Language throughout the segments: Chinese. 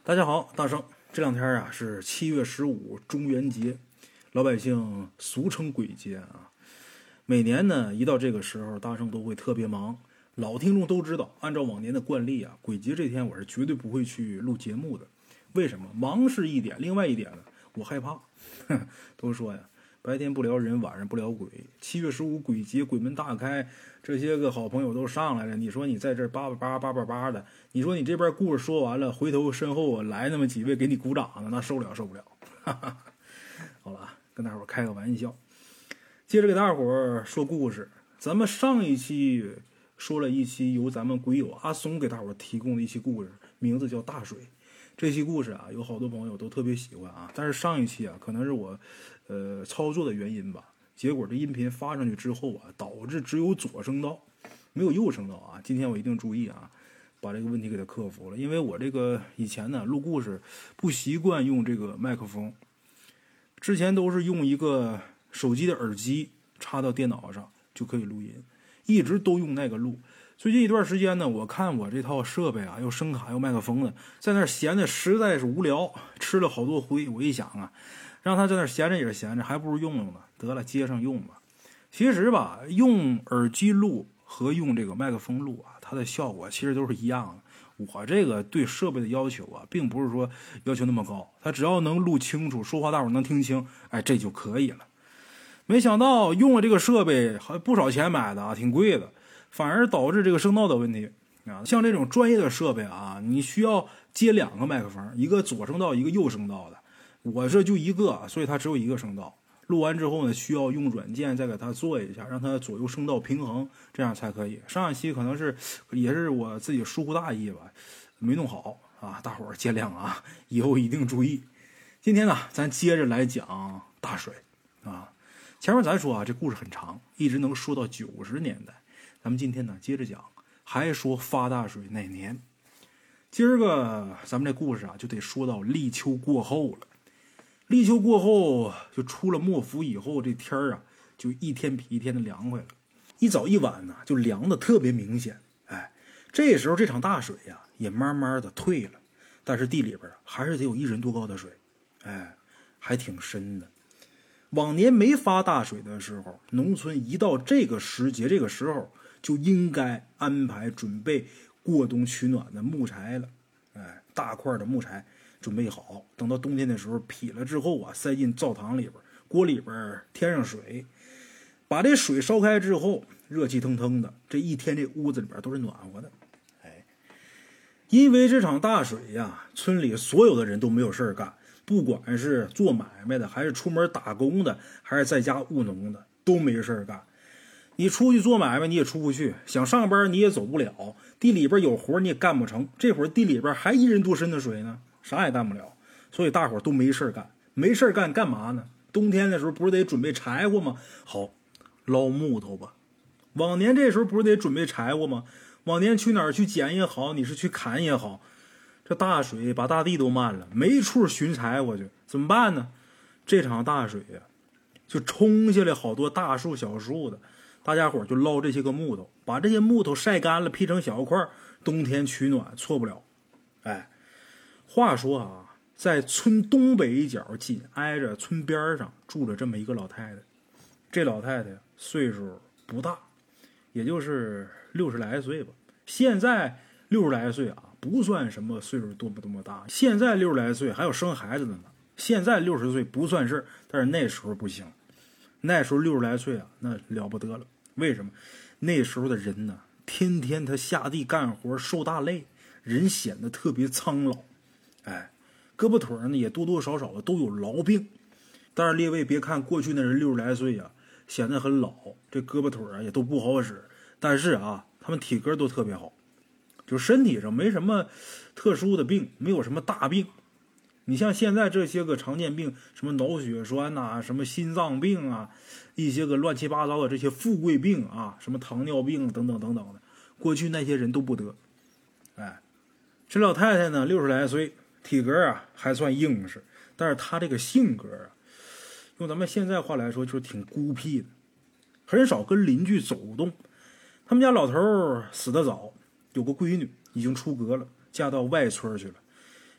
大家好，大圣。这两天啊是7月15中元节，老百姓俗称鬼节啊。每年呢一到这个时候，大圣都会特别忙。老听众都知道，按照往年的惯例啊，鬼节这天我是绝对不会去录节目的。为什么？忙是一点，另外一点呢，我害怕。都说呀，白天不聊人，晚上不聊鬼。7月15鬼节，鬼门大开，这些个好朋友都上来了。你说你在这叭叭的，你说你这边故事说完了，回头身后来那么几位给你鼓掌呢，那受不了。好了，跟大伙开个玩笑，接着给大伙说故事。咱们上一期说了一期由咱们鬼友阿松给大伙提供的一期故事，名字叫大水。这期故事啊，有好多朋友都特别喜欢啊，但是上一期啊，可能是我操作的原因吧，结果这音频发上去之后啊，导致只有左声道，没有右声道啊。今天我一定注意啊，把这个问题给它克服了。因为我这个以前呢录故事不习惯用这个麦克风，之前都是用一个手机的耳机插到电脑上就可以录音，一直都用那个录。最近一段时间呢，我看我这套设备啊，又声卡又麦克风的，在那儿闲的实在是无聊，吃了好多灰。我一想啊，让他在那儿闲着也是闲着，还不如用呢，得了，接上用吧。其实吧，用耳机录和用这个麦克风录啊，它的效果其实都是一样的。我这个对设备的要求啊，并不是说要求那么高，它只要能录清楚，说话大伙能听清，哎，这就可以了。没想到用了这个设备还不少钱买的啊，挺贵的，反而导致这个声道的问题啊。像这种专业的设备啊，你需要接2个麦克风，一个左声道，一个右声道的。我这就一个，所以它只有一个声道。录完之后呢，需要用软件再给它做一下，让它左右声道平衡，这样才可以。上一期可能也是我自己疏忽大意吧，没弄好啊，大伙儿见谅啊，以后一定注意。今天呢，咱接着来讲大水啊。前面咱说啊，这故事很长，一直能说到90年代。咱们今天呢接着讲，还说发大水那年。今儿个咱们这故事啊，就得说到立秋过后了。立秋过后，就出了末伏以后，这天儿啊，就一天比一天的凉快了。一早一晚呢，就凉的特别明显。哎，这时候这场大水呀，也慢慢的退了，但是地里边还是得有1人多高的水，哎，还挺深的。往年没发大水的时候，农村一到这个时节，这个时候就应该安排准备过冬取暖的木柴了。哎，大块的木柴准备好，等到冬天的时候劈了之后啊，塞进灶堂里边，锅里边添上水，把这水烧开之后，热气腾腾的，这一天这屋子里边都是暖和的。哎，因为这场大水呀，村里所有的人都没有事干。不管是做买卖的，还是出门打工的，还是在家务农的，都没事干。你出去做买卖你也出不去，想上班你也走不了，地里边有活你也干不成。这会儿地里边还1人多深的水呢，啥也干不了。所以大伙都没事干，没事干干嘛呢？冬天的时候不是得准备柴火吗？好，捞木头吧。往年这时候不是得准备柴火吗？往年去哪儿去捡也好，你是去砍也好，这大水把大地都漫了，没处寻柴火去，怎么办呢？这场大水呀，就冲下来好多大树小树的，大家伙就捞这些个木头，把这些木头晒干了，劈成小块，冬天取暖错不了。哎，话说啊，在村东北一角紧挨着村边上住着这么一个老太太。这老太太岁数不大，也就是60来岁吧。现在60来岁啊，不算什么岁数多么大。现在60来岁还有生孩子的呢。现在60岁不算事，但是那时候不行。那时候60来岁啊，那了不得了。为什么？那时候的人呢，天天他下地干活受大累，人显得特别苍老。哎，胳膊腿呢也多多少少的都有痨病。但是列位别看过去那人60来岁啊，显得很老，这胳膊腿啊也都不好使。但是啊，他们体格都特别好。就身体上没什么特殊的病，没有什么大病。你像现在这些个常见病，什么脑血栓啊，什么心脏病啊，一些个乱七八糟的这些富贵病啊，什么糖尿病等等等等的，过去那些人都不得。哎，这老太太呢，60来岁，体格啊还算硬实，但是她这个性格啊，用咱们现在话来说就是挺孤僻的，很少跟邻居走动。他们家老头死得早，有个闺女已经出阁了，嫁到外村去了。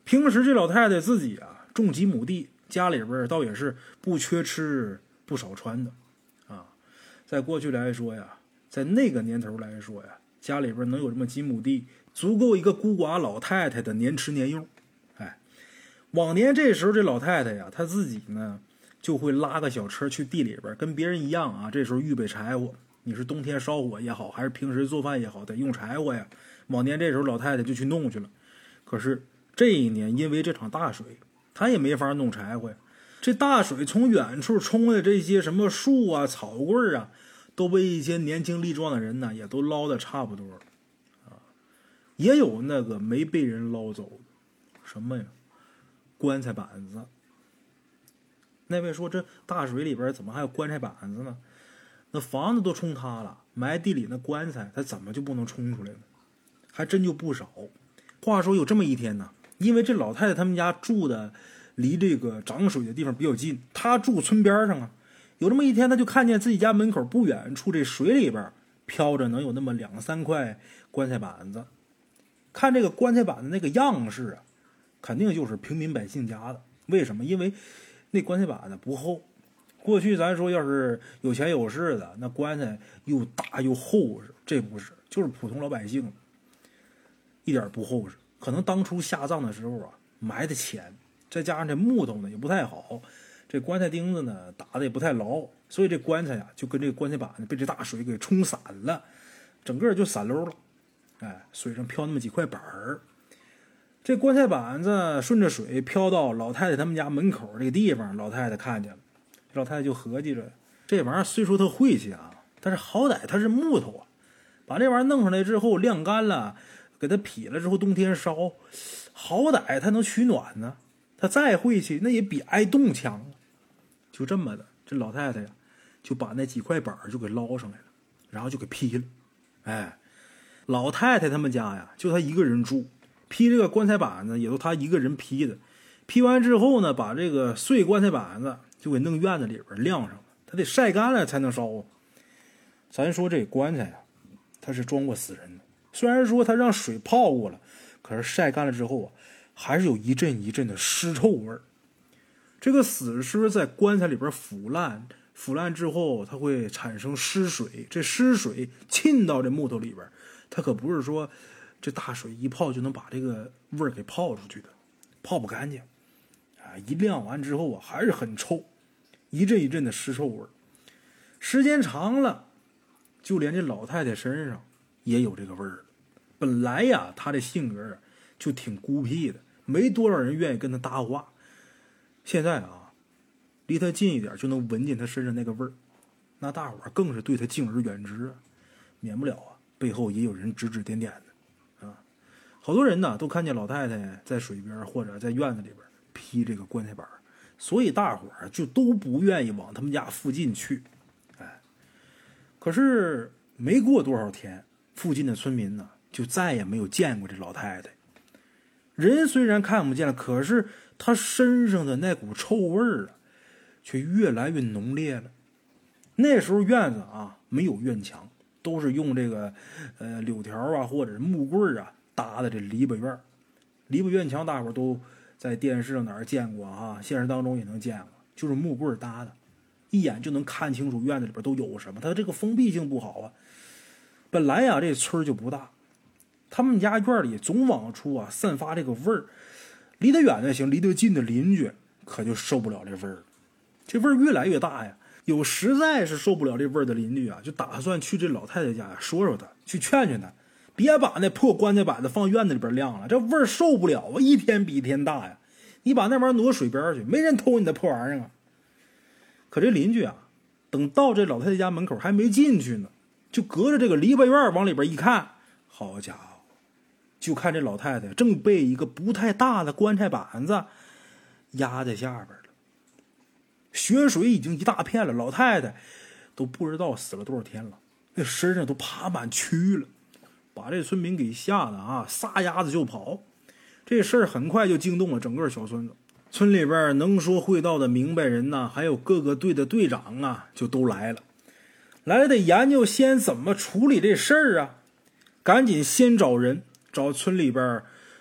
平时这老太太自己啊种几亩地，家里边倒也是不缺吃不少穿的啊。在过去来说呀，在那个年头来说呀，家里边能有这么几亩地，足够一个孤寡老太太的年吃年用。往年这时候这老太太呀，她自己呢就会拉个小车去地里边，跟别人一样啊，这时候预备柴火。你是冬天烧火也好，还是平时做饭也好，得用柴火呀。往年这时候老太太就去弄去了。可是这一年因为这场大水，她也没法弄柴火呀。这大水从远处冲的这些什么树啊、草棍啊，都被一些年轻力壮的人呢，也都捞得差不多了啊。也有那个没被人捞走的，什么呀？棺材板子。那位说这大水里边怎么还有棺材板子呢？那房子都冲塌了，埋地里那棺材它怎么就不能冲出来呢？还真就不少。话说有这么一天呢，因为这老太太他们家住的离这个涨水的地方比较近，她住村边上啊。有这么一天，她就看见自己家门口不远处这水里边飘着能有那么2-3块棺材板子。看这个棺材板的那个样式啊，肯定就是平民百姓家的。为什么？因为那棺材板子不厚。过去咱说要是有钱有势的，那棺材又大又厚实，这不是，就是普通老百姓，一点不厚实。可能当初下葬的时候啊，埋的浅，再加上这木头呢也不太好，这棺材钉子呢打的也不太牢，所以这棺材啊就跟这个棺材板被这大水给冲散了，整个就散漏了。水上飘那么几块板儿。这棺材板子顺着水飘到老太太他们家门口这个地方，老太太看见了，老太太就合计着，这玩意儿虽说它晦气啊，但是好歹它是木头啊，把这玩意儿弄上来之后晾干了，给它劈了之后冬天烧，好歹它能取暖呢。它再晦气那也比挨冻强。就这么的，这老太太呀就把那几块板就给捞上来了，然后就给劈了。老太太他们家呀就她一个人住，劈这个棺材板子也都她一个人劈的。劈完之后呢，把这个碎棺材板子就给弄院子里边晾上了，它得晒干了才能烧啊。咱说这棺材啊，它是装过死人的，虽然说它让水泡过了，可是晒干了之后啊，还是有一阵一阵的尸臭味儿。这个死尸在棺材里边腐烂，腐烂之后它会产生湿水，这湿水浸到这木头里边，它可不是说这大水一泡就能把这个味儿给泡出去的，泡不干净啊！一晾完之后啊，还是很臭，一阵一阵的尸臭味儿。时间长了，就连这老太太身上也有这个味儿。本来呀，她这性格就挺孤僻的，没多少人愿意跟她搭话。现在啊，离她近一点就能闻见她身上那个味儿，那大伙儿更是对她敬而远之啊，免不了啊，背后也有人指指点点的啊。好多人呢都看见老太太在水边或者在院子里边劈这个棺材板，所以大伙儿就都不愿意往他们家附近去。可是没过多少天，附近的村民呢就再也没有见过这老太太。人虽然看不见了，可是她身上的那股臭味儿啊，却越来越浓烈了。那时候院子啊没有院墙，都是用这个柳条啊或者是木棍啊搭的这篱笆院。篱笆院墙大伙都在电视上哪儿见过啊，现实当中也能见过，就是木棍搭的，一眼就能看清楚院子里边都有什么。它这个封闭性不好啊。本来呀这村就不大，他们家院里总往出啊散发这个味儿，离得远的行，离得近的邻居可就受不了这味儿。这味儿越来越大呀，有实在是受不了这味儿的邻居啊，就打算去这老太太家呀说说她，去劝劝她，别把那破棺材板子放院子里边晾了，这味儿受不了啊，一天比一天大呀。你把那玩意儿挪水边去，没人偷你的破玩意儿啊。可这邻居啊，等到这老太太家门口还没进去呢，就隔着这个篱笆院往里边一看，好家伙，就看这老太太正被一个不太大的棺材板子压在下边了，血水已经一大片了，老太太都不知道死了多少天了，那身上都爬满蛆了，把这村民给吓得啊撒丫子就跑。这事儿很快就惊动了整个小村子，村里边能说会道的明白人呐，还有各个队的队长啊，就都来了，来了得研究先怎么处理这事儿啊。赶紧先找人，找村里边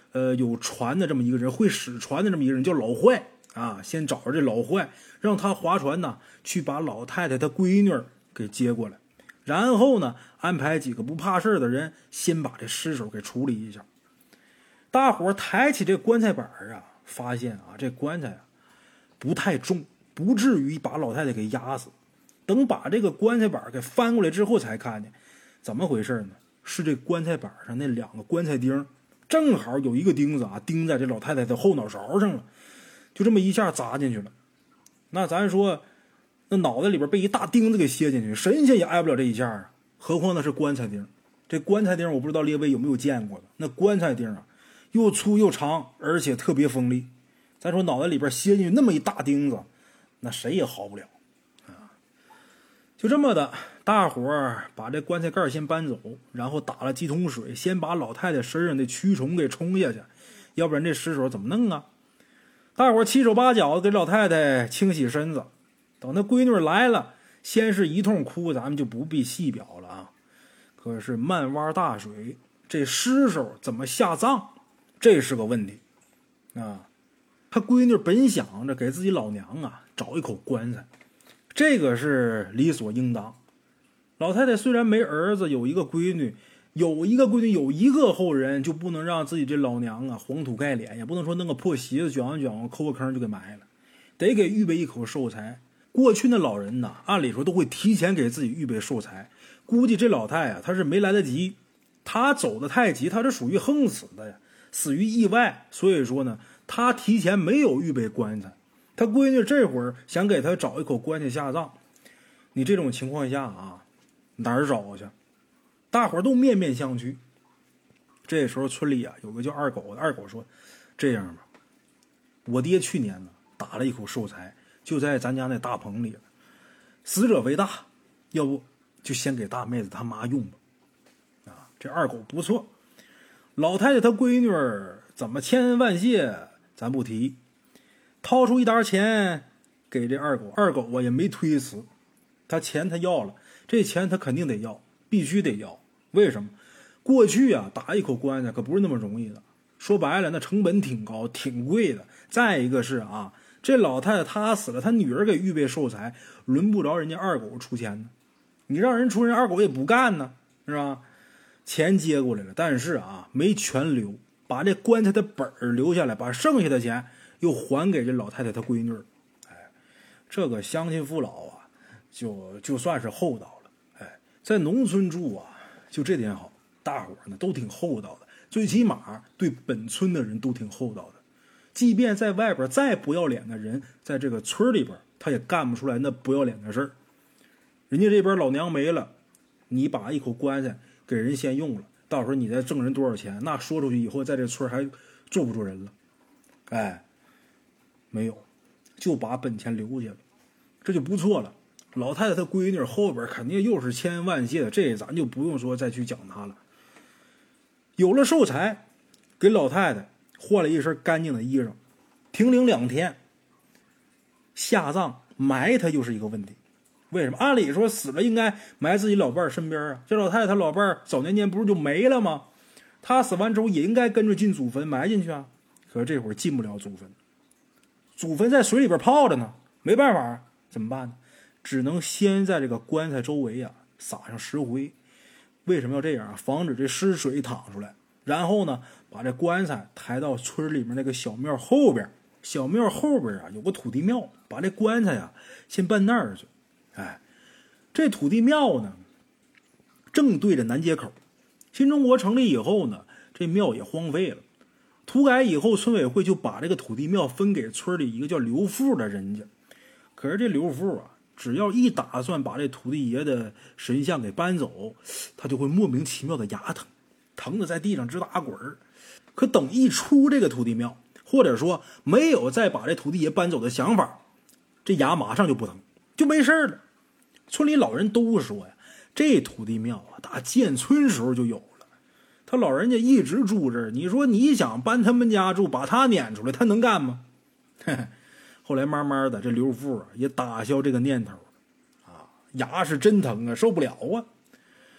有船的这么一个人，会使船的这么一个人叫老坏啊。先找着这老坏，让他划船呢，去把老太太她闺女给接过来，然后呢，安排几个不怕事的人，先把这尸首给处理一下。大伙抬起这棺材板啊，发现啊，这棺材啊不太重，不至于把老太太给压死。等把这个棺材板给翻过来之后，才看见怎么回事呢？是这棺材板上那2个棺材钉，正好有一个钉子啊钉在这老太太的后脑勺上了，就这么一下砸进去了。那咱说，那脑袋里边被一大钉子给楔进去，神仙也挨不了这一下啊！何况那是棺材钉，这棺材钉我不知道列位有没有见过的，那棺材钉啊，又粗又长，而且特别锋利。咱说脑袋里边楔进去那么一大钉子，那谁也好不了啊！就这么的，大伙儿把这棺材盖先搬走，然后打了几桶水，先把老太太身上的蛆虫给冲下去，要不然这尸首怎么弄啊？大伙儿七手八脚的给老太太清洗身子，等她闺女来了，先是一通哭，咱们就不必细表了啊。可是漫洼大水，这尸首怎么下葬？这是个问题啊。他闺女本想着给自己老娘啊找一口棺材，这个是理所应当。老太太虽然没儿子，有一个闺女，有一个后人，就不能让自己这老娘啊黄土盖脸，也不能说弄个破席子卷卷抠个坑就给埋了，得给预备一口寿材。过去那老人呢，按理说都会提前给自己预备寿材，估计这老太啊，她是没来得及，她走得太急，她是属于横死的呀，死于意外，所以说呢，她提前没有预备棺材。她闺女这会儿想给她找一口棺材下葬，你这种情况下啊，哪儿找去？大伙儿都面面相觑。这时候村里啊有个叫二狗的，二狗说：“这样吧，我爹去年呢打了一口寿材，就在咱家那大棚里了。死者为大，要不就先给大妹子她妈用吧。”啊，这二狗不错。老太太她闺女怎么千恩万谢咱不提，掏出一沓钱给这二狗，二狗啊也没推辞，他钱他要了，这钱他肯定得要，必须得要。为什么？过去啊打一口棺材可不是那么容易的，说白了那成本挺高挺贵的。再一个是啊，这老太太她死了，她女儿给预备寿材，轮不着人家二狗出钱呢。你让人出，人二狗也不干呢，是吧？钱接过来了，但是啊没全留，把这棺材的本儿留下来，把剩下的钱又还给这老太太她闺女。哎，这个乡亲父老啊，就算是厚道了。哎，在农村住啊，就这点好，大伙呢都挺厚道的，最起码对本村的人都挺厚道的。即便在外边再不要脸的人，在这个村里边他也干不出来那不要脸的事儿。人家这边老娘没了，你把一口棺材给人先用了，到时候你再挣人多少钱，那说出去以后在这村还做不住人了。哎，没有，就把本钱留下了，这就不错了。老太太她闺女后边肯定又是千恩万谢的，这咱就不用说再去讲她了。有了寿材，给老太太换了一身干净的衣裳，停灵2天。下葬埋她又是一个问题。为什么？按理说死了应该埋自己老伴儿身边啊，这老太太她老伴儿早年间不是就没了吗？她死完之后也应该跟着进祖坟埋进去啊。可是这会儿进不了祖坟，祖坟在水里边泡着呢，没办法，怎么办呢？只能先在这个棺材周围啊撒上石灰。为什么要这样啊？防止这尸水淌出来。然后呢，把这棺材抬到村里面那个小庙后边，小庙后边啊有个土地庙，把这棺材啊先搬那儿去。哎，这土地庙呢正对着南街口。新中国成立以后呢，这庙也荒废了。土改以后，村委会就把这个土地庙分给村里一个叫刘富的人家。可是这刘富啊，只要一打算把这土地爷的神像给搬走，他就会莫名其妙的牙疼，疼得在地上直打滚儿。可等一出这个土地庙，或者说没有再把这土地爷搬走的想法，这牙马上就不疼，就没事了。村里老人都说呀，这土地庙啊，打建村时候就有了。他老人家一直住这儿，你说你想搬他们家住，把他撵出来，他能干吗？后来慢慢的，这刘富啊也打消这个念头啊，牙是真疼啊，受不了啊。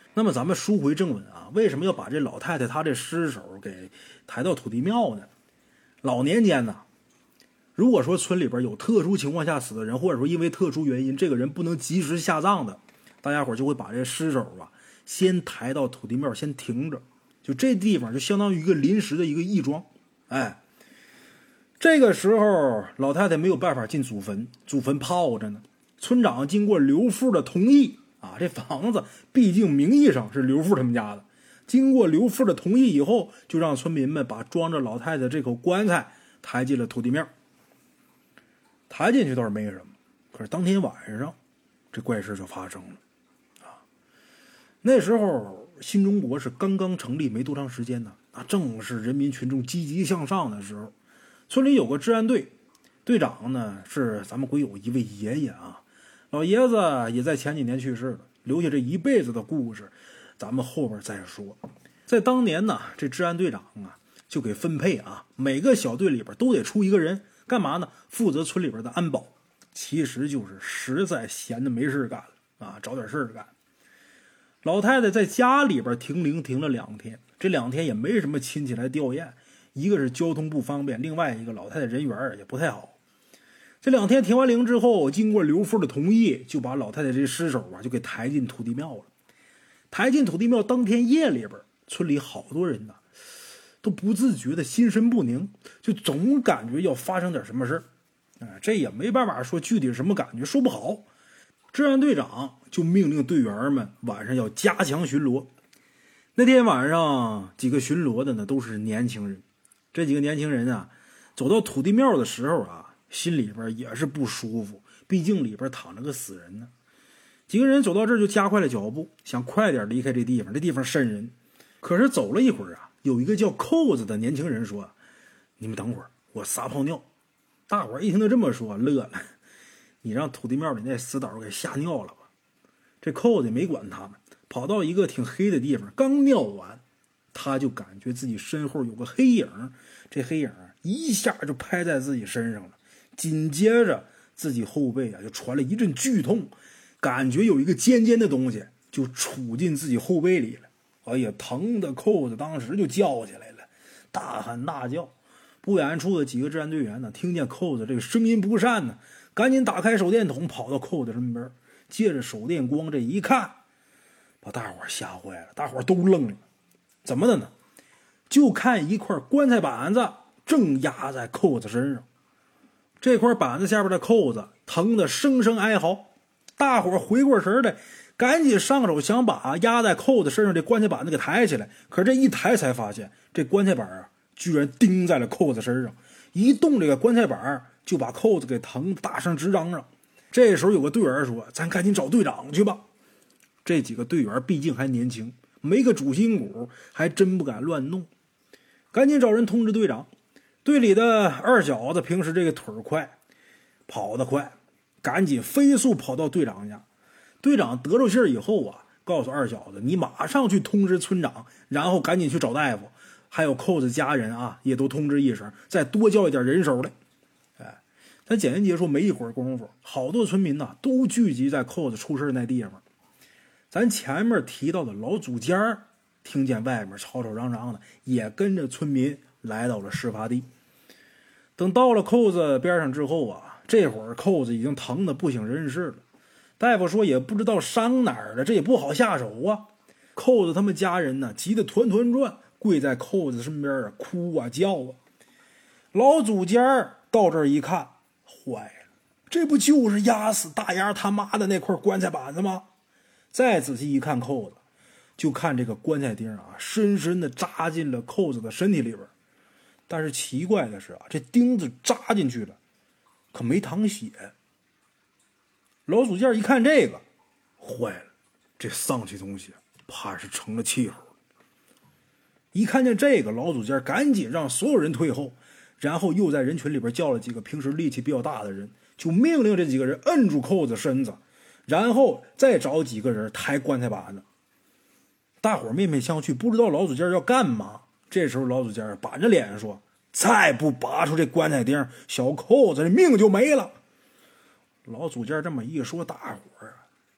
那么咱们书回正文啊，为什么要把这老太太她这尸首给抬到土地庙呢？老年间呢，如果说村里边有特殊情况下死的人，或者说因为特殊原因这个人不能及时下葬的，大家伙就会把这尸首啊先抬到土地庙先停着，就这地方就相当于一个临时的一个义庄。哎，这个时候老太太没有办法进祖坟，祖坟泡着呢。村长经过刘富的同意啊，这房子毕竟名义上是刘富他们家的，经过刘富的同意以后，就让村民们把装着老太太这口棺材抬进了土地庙。抬进去倒是没什么，可是当天晚上这怪事就发生了啊！那时候新中国是刚刚成立没多长时间呢，那正是人民群众积极向上的时候。村里有个治安队，队长呢是咱们鬼友一位爷爷啊，老爷子也在前几年去世了，留下这一辈子的故事，咱们后边再说。在当年呢，这治安队长啊就给分配啊，每个小队里边都得出一个人，干嘛呢？负责村里边的安保，其实就是实在闲的没事干了啊，找点事干。老太太在家里边停灵停了2天，这2天也没什么亲戚来吊唁，一个是交通不方便，另外一个老太太人缘也不太好。这2天停完灵之后，经过刘富的同意，就把老太太这尸首啊就给抬进土地庙了。抬进土地庙当天夜里边，村里好多人呢都不自觉的心神不宁，就总感觉要发生点什么事儿。这也没办法说具体是什么感觉，说不好。治安队长就命令队员们晚上要加强巡逻。那天晚上几个巡逻的呢都是年轻人，这几个年轻人啊走到土地庙的时候啊，心里边也是不舒服，毕竟里边躺着个死人呢。几个人走到这儿就加快了脚步，想快点离开这地方，这地方瘆人。可是走了一会儿啊，有一个叫扣子的年轻人说：“你们等会儿，我撒泡尿。”大伙儿一听他这么说乐了，你让土地庙里那死岛给吓尿了吧？这扣子也没管他们，跑到一个挺黑的地方，刚尿完，他就感觉自己身后有个黑影，这黑影一下就拍在自己身上了，紧接着自己后背啊就传来一阵剧痛，感觉有一个尖尖的东西就杵进自己后背里了。哎呀，疼的扣子当时就叫起来了，大喊大叫。不远处的几个治安队员呢，听见扣子这个声音不善呢，赶紧打开手电筒跑到扣子身边，借着手电光这一看，把大伙吓坏了，大伙都愣了。怎么的呢？就看一块棺材板子正压在扣子身上，这块板子下边的扣子疼得声声哀嚎。大伙回过神来，赶紧上手想把压在扣子身上这棺材板子给抬起来，可是这一抬才发现这棺材板啊居然钉在了扣子身上，一动这个棺材板就把扣子给疼大声直嚷嚷。这时候有个队员说：“咱赶紧找队长去吧。”这几个队员毕竟还年轻，没个主心骨，还真不敢乱弄。赶紧找人通知队长。队里的二小子平时这个腿快，跑得快，赶紧飞速跑到队长家。队长得着信以后啊，告诉二小子：“你马上去通知村长，然后赶紧去找大夫。还有扣子家人啊，也都通知一声，再多叫一点人手来。”咱简言结束，没一会儿功夫，好多村民呐都聚集在扣子出事那地方。咱前面提到的老祖家听见外面吵吵嚷嚷的，也跟着村民来到了事发地。等到了扣子边上之后啊，这会儿扣子已经疼得不省人事了。大夫说也不知道伤哪儿了，这也不好下手啊。扣子他们家人呢急得团团转，跪在扣子身边啊哭啊叫啊。老祖家到这儿一看，坏了，这不就是压死大丫他妈的那块棺材板子吗？再仔细一看扣子，就看这个棺材钉啊深深的扎进了扣子的身体里边。但是奇怪的是啊，这钉子扎进去了，可没淌血。老祖家一看这个，坏了，这丧气东西怕是成了气候。一看见这个，老祖家赶紧让所有人退后，然后又在人群里边叫了几个平时力气比较大的人，就命令这几个人摁住扣子身子，然后再找几个人抬棺材板子。大伙面面相觑，不知道老祖家要干嘛。这时候老祖家板着脸说：“再不拔出这棺材钉，小扣子的命就没了。”老祖家这么一说，大伙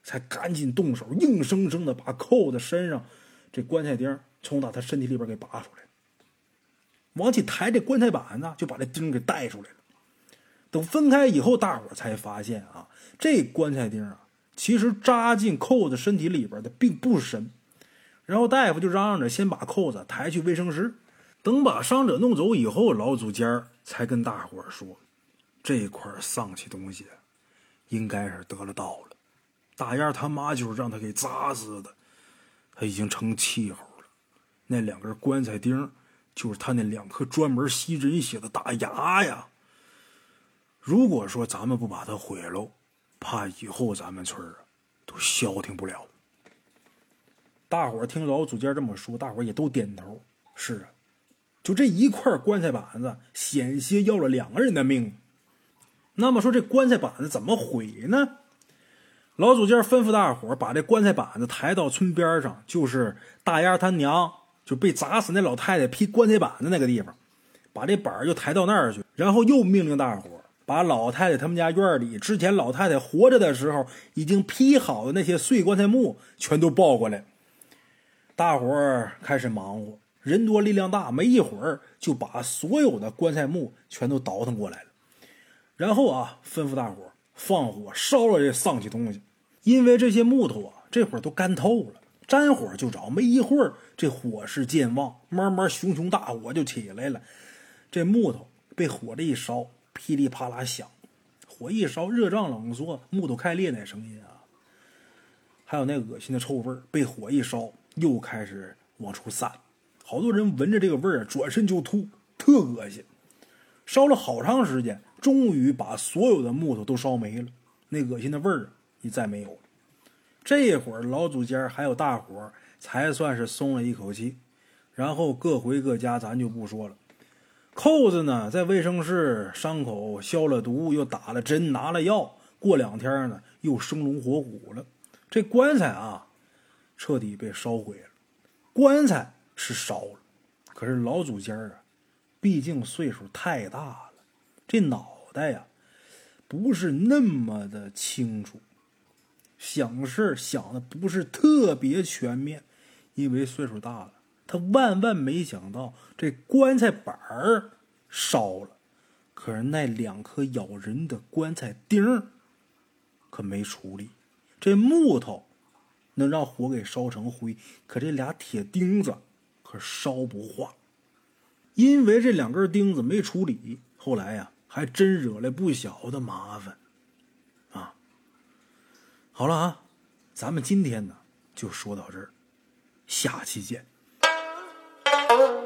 才赶紧动手，硬生生的把扣子身上这棺材钉从他身体里边给拔出来了，往起抬这棺材板子，就把这钉给带出来了。等分开以后，大伙才发现啊，这棺材钉啊，其实扎进扣子身体里边的并不深。然后大夫就嚷嚷着先把扣子抬去卫生室。等把伤者弄走以后，老祖家才跟大伙说，这块丧气东西应该是得了道了，大丫他妈就是让他给砸死的，他已经成气候了。那2根棺材钉就是他那2颗专门吸人血的大牙呀。如果说咱们不把它毁喽，怕以后咱们村都消停不了。大伙听老祖家这么说，大伙也都点头。是啊，就这一块棺材板子，险些要了2个人的命。那么说这棺材板子怎么毁呢？老祖家吩咐大伙把这棺材板子抬到村边上，就是大丫他娘就被砸死那老太太劈棺材板子那个地方，把这板就抬到那儿去。然后又命令大伙把老太太他们家院里之前老太太活着的时候已经劈好的那些碎棺材木全都抱过来。大伙开始忙活，人多力量大，没一会儿就把所有的棺材木全都倒腾过来了。然后啊，吩咐大伙放火烧了这丧气东西。因为这些木头啊，这会儿都干透了，沾火就着，没一会儿这火势渐旺，慢慢熊熊大火就起来了。这木头被火这一烧，噼里啪啦响，火一烧，热胀冷缩，木头开裂那声音啊，还有那恶心的臭味被火一烧又开始往出散。好多人闻着这个味儿转身就吐，特恶心。烧了好长时间，终于把所有的木头都烧没了，那恶心的味儿也再没有了。这会儿老祖家还有大伙才算是松了一口气，然后各回各家，咱就不说了。扣子呢，在卫生室伤口消了毒，又打了针，拿了药，过2天呢，又生龙活虎了。这棺材啊，彻底被烧毁了。棺材是烧了，可是老祖家啊，毕竟岁数太大了，这脑袋呀，不是那么的清楚，想事想的不是特别全面，因为岁数大了。他万万没想到这棺材板烧了，可是那2颗咬人的棺材钉可没处理。这木头能让火给烧成灰，可这俩铁钉子可烧不化。因为这2根钉子没处理，后来呀，还真惹来不小的麻烦啊。好了啊，咱们今天呢就说到这儿，下期见。